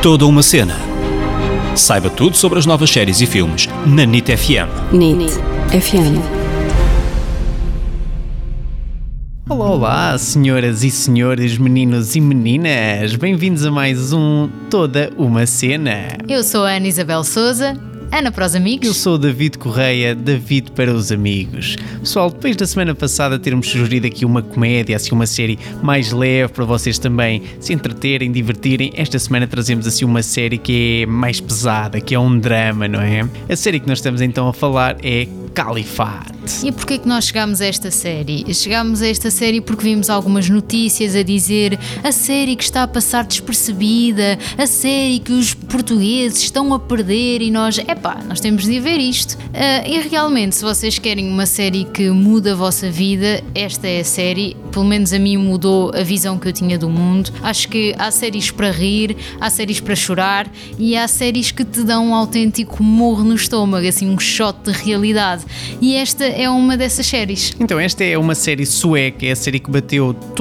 Toda uma cena. Saiba tudo sobre as novas séries e filmes na NIT FM. NIT FM. Olá, senhoras e senhores, meninos e meninas, bem-vindos a mais um Toda uma Cena. Eu sou a Ana Isabel Souza, Ana para os amigos. Eu sou o David Correia, David para os amigos. Pessoal, depois da semana passada termos sugerido aqui uma comédia, assim uma série mais leve para vocês também se entreterem, divertirem, esta semana trazemos assim uma série que é mais pesada, que é um drama, não é? A série que nós estamos então a falar é Califate. E porquê que nós chegámos a esta série? Chegámos a esta série porque vimos algumas notícias a dizer a série que está a passar despercebida, a série que os portugueses estão a perder e nós temos de ver isto. E realmente, se vocês querem uma série que muda a vossa vida, esta é a série. Pelo menos a mim mudou a visão que eu tinha do mundo. Acho que há séries para rir, há séries para chorar e há séries que te dão um autêntico murro no estômago, assim um shot de realidade. E esta é uma dessas séries. Então esta é uma série sueca, é a série que bateu